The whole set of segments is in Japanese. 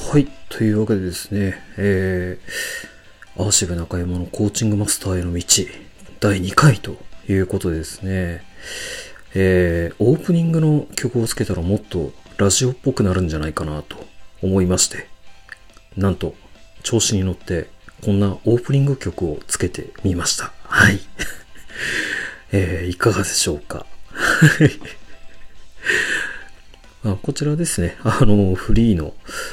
はい。というわけでですね、アーシブ中山のコーチングマスターへの道、第2回ということでですね、オープニングの曲をつけたらもっとラジオっぽくなるんじゃないかなと思いまして、なんと、調子に乗って、こんなオープニング曲をつけてみました。はい。いかがでしょうか。こちらですね、フリーの、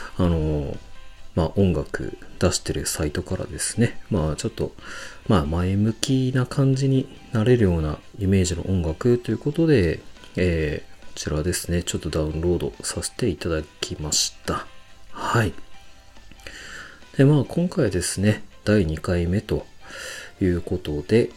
音楽出してるサイトからですね、ちょっと、前向きな感じになれるようなイメージの音楽ということで、こちらですね、ちょっとダウンロードさせていただきました。はい。で、今回ですね、第2回目ということで、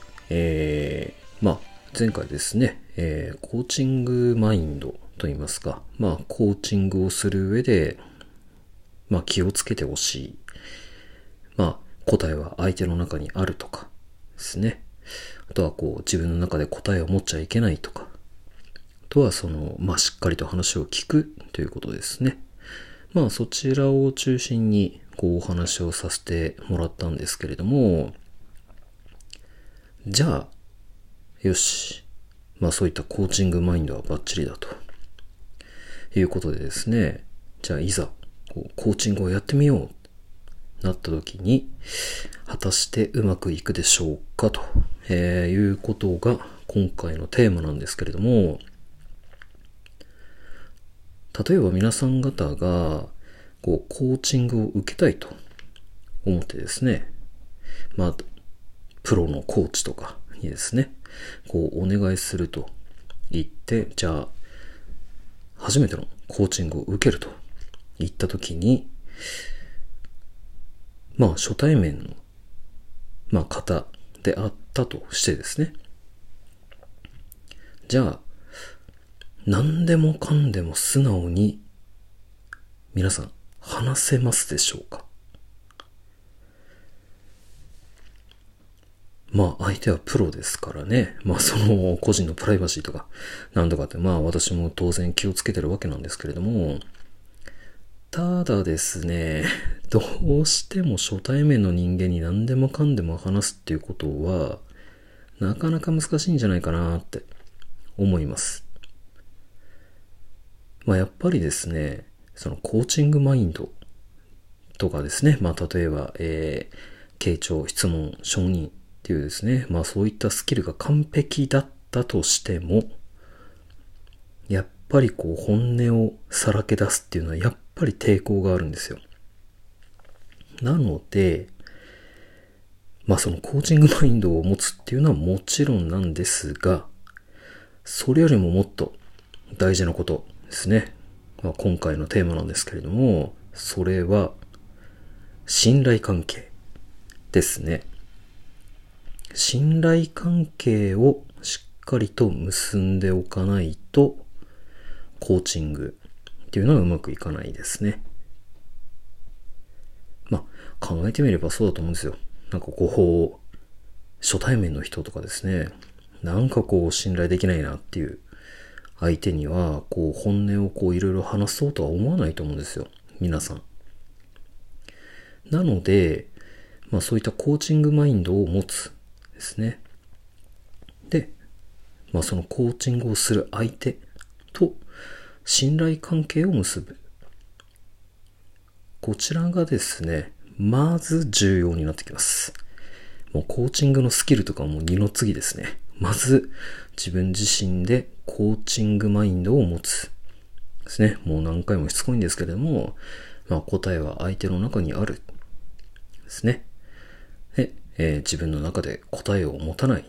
前回ですね、コーチングマインドといいますか、コーチングをする上で、気をつけてほしい。答えは相手の中にあるとかですね。あとは自分の中で答えを持っちゃいけないとか。あとはしっかりと話を聞くということですね。そちらを中心にお話をさせてもらったんですけれども、じゃあ、よし。そういったコーチングマインドはバッチリだということでですね、じゃあいざコーチングをやってみようなった時に果たしてうまくいくでしょうかと、いうことが今回のテーマなんですけれども、例えば皆さん方がコーチングを受けたいと思ってですね、プロのコーチとかにですね、お願いすると言って、じゃあ初めてのコーチングを受けると言ったときに、初対面の、方であったとしてですね。じゃあ、何でもかんでも素直に、皆さん、話せますでしょうか？相手はプロですからね。個人のプライバシーとか、なんとかって、私も当然気をつけてるわけなんですけれども、ただですね、どうしても初対面の人間に何でもかんでも話すっていうことは、なかなか難しいんじゃないかなって思います。やっぱりですね、そのコーチングマインドとかですね、例えば、傾聴、質問、承認っていうですね、そういったスキルが完璧だったとしても、やっぱり本音をさらけ出すっていうのはやっぱり抵抗があるんですよ。なので、そのコーチングマインドを持つっていうのはもちろんなんですが、それよりももっと大事なことですね。今回のテーマなんですけれども、それは信頼関係ですね。信頼関係をしっかりと結んでおかないと、コーチングっていうのはうまくいかないですね。考えてみればそうだと思うんですよ。初対面の人とかですね、信頼できないなっていう相手には、本音をいろいろ話そうとは思わないと思うんですよ。皆さん。なので、そういったコーチングマインドを持つですね。で、そのコーチングをする相手と信頼関係を結ぶ。こちらがですね、まず重要になってきます。もうコーチングのスキルとかも二の次ですね。まず自分自身でコーチングマインドを持つですね。もう何回もしつこいんですけれども、答えは相手の中にあるですね。で、自分の中で答えを持たない。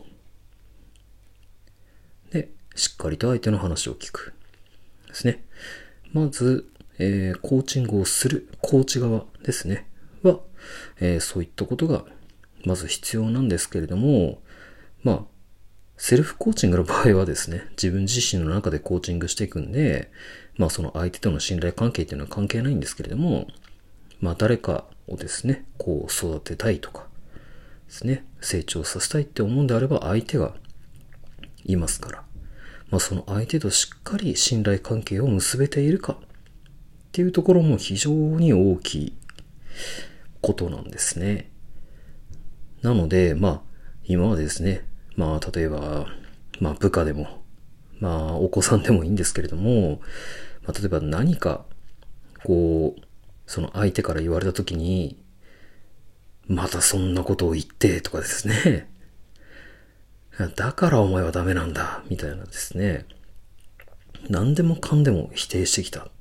で、しっかりと相手の話を聞くですね。まず、コーチングをするコーチ側ですね。は、そういったことがまず必要なんですけれども、セルフコーチングの場合はですね、自分自身の中でコーチングしていくんで、その相手との信頼関係っていうのは関係ないんですけれども、誰かをですね、育てたいとかですね、成長させたいって思うんであれば相手がいますから、その相手としっかり信頼関係を結べているかっていうところも非常に大きいことなんですね。なので、今はですね、例えば、部下でも、お子さんでもいいんですけれども、例えば何か、その相手から言われたときに、またそんなことを言ってとかですね。だからお前はダメなんだ、みたいなですね。何でもかんでも否定してきた。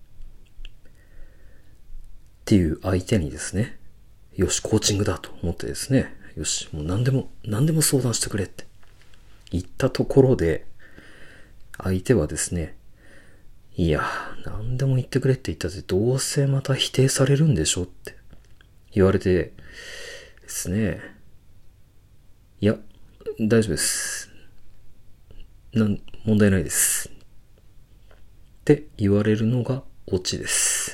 っていう相手にですね、よし、コーチングだと思ってですね、よし、もう何でも相談してくれって言ったところで、相手はですね、いや、何でも言ってくれって言ったってどうせまた否定されるんでしょって言われてですね、いや、大丈夫です。問題ないです。って言われるのがオチです。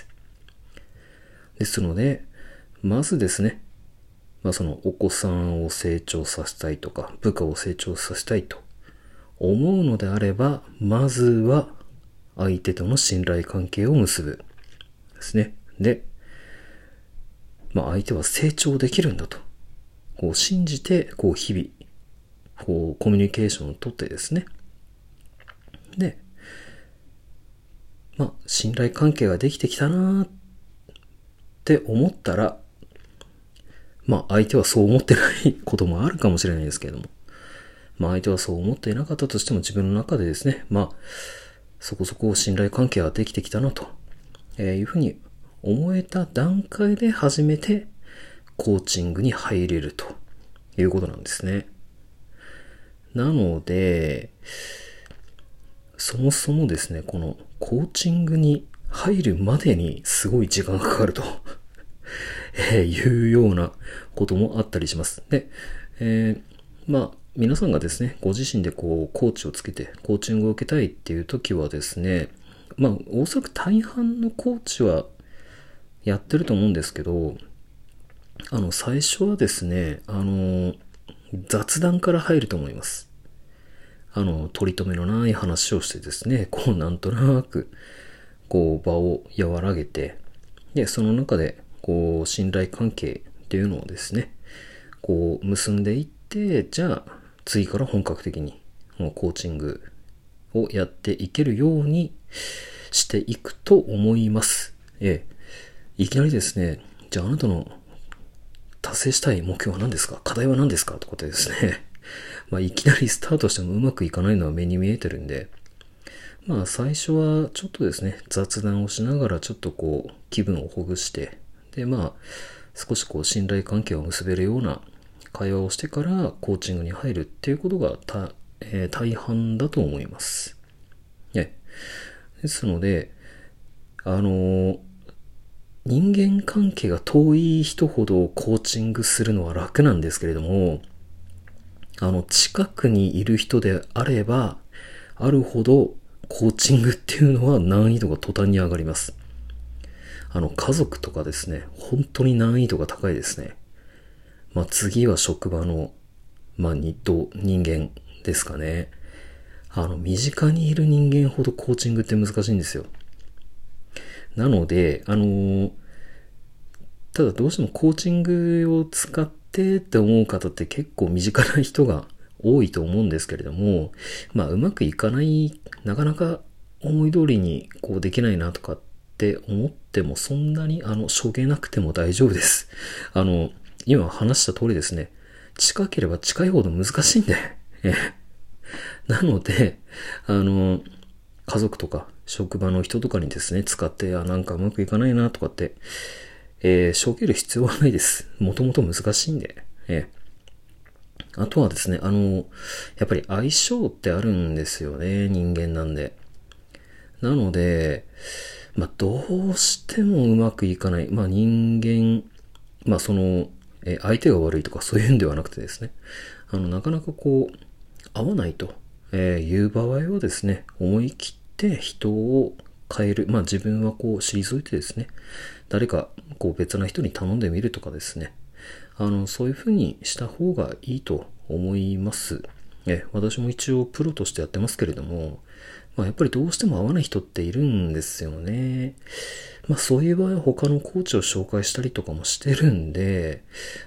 ですので、まずですね、そのお子さんを成長させたいとか、部下を成長させたいと思うのであれば、まずは相手との信頼関係を結ぶですね。で、相手は成長できるんだと、信じて、日々、コミュニケーションをとってですね。で、信頼関係ができてきたなって思ったら、相手はそう思ってないこともあるかもしれないですけれども、相手はそう思っていなかったとしても自分の中でですね、そこそこ信頼関係ができてきたなと、いうふうに思えた段階で初めてコーチングに入れるということなんですね。なので、そもそもですね、このコーチングに入るまでにすごい時間がかかるというようなこともあったりします。で、皆さんがですね、ご自身でコーチをつけてコーチングを受けたいっていう時はですね、おそらく大半のコーチはやってると思うんですけど、最初はですね、雑談から入ると思います。取り留めのない話をしてですね、なんとなく、場を和らげて、で、その中で、信頼関係っていうのをですね、結んでいって、じゃあ、次から本格的に、コーチングをやっていけるようにしていくと思います。いきなりですね、じゃああなたの達成したい目標は何ですか？課題は何ですか？とかってですね、いきなりスタートしてもうまくいかないのは目に見えてるんで、最初はちょっとですね、雑談をしながらちょっと気分をほぐして、で、少し信頼関係を結べるような会話をしてからコーチングに入るっていうことが大半だと思います。ですので、人間関係が遠い人ほどコーチングするのは楽なんですけれども、近くにいる人であれば、あるほどコーチングっていうのは難易度が途端に上がります。家族とかですね、本当に難易度が高いですね。次は職場の、人間ですかね。身近にいる人間ほどコーチングって難しいんですよ。なので、ただどうしてもコーチングを使ってって思う方って結構身近な人が多いと思うんですけれども、うまくいかない、なかなか思い通りにできないなとかって思ってもそんなにしょげなくても大丈夫です。今話した通りですね、近ければ近いほど難しいんで、なので、家族とか職場の人とかにですね、使って、なんかうまくいかないなとかって、しょげる必要はないです。もともと難しいんで。あとはですね、やっぱり相性ってあるんですよね、人間なんで。なので、どうしてもうまくいかない。人間、相手が悪いとかそういうんではなくてですね、なかなか合わないと、いう場合はですね、思い切って人を変える。自分は退いてですね、誰か別な人に頼んでみるとかですね、そういう風にした方がいいと思います。私も一応プロとしてやってますけれども、やっぱりどうしても合わない人っているんですよね。 そういう場合は他のコーチを紹介したりとかもしてるんで、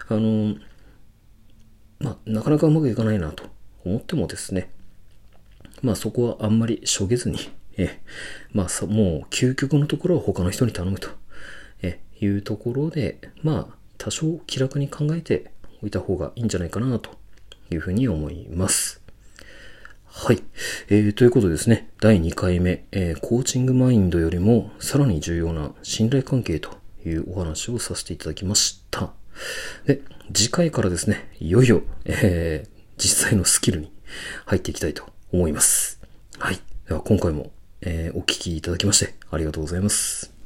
なかなかうまくいかないなと思ってもですね、そこはあんまりしょげずに、もう究極のところは他の人に頼むと、いうところで、多少気楽に考えておいた方がいいんじゃないかなというふうに思います。はい。ということでですね、第2回目、コーチングマインドよりもさらに重要な信頼関係というお話をさせていただきました。で、次回からですね、いよいよ、実際のスキルに入っていきたいと思います。はい。では今回も、お聞きいただきましてありがとうございます。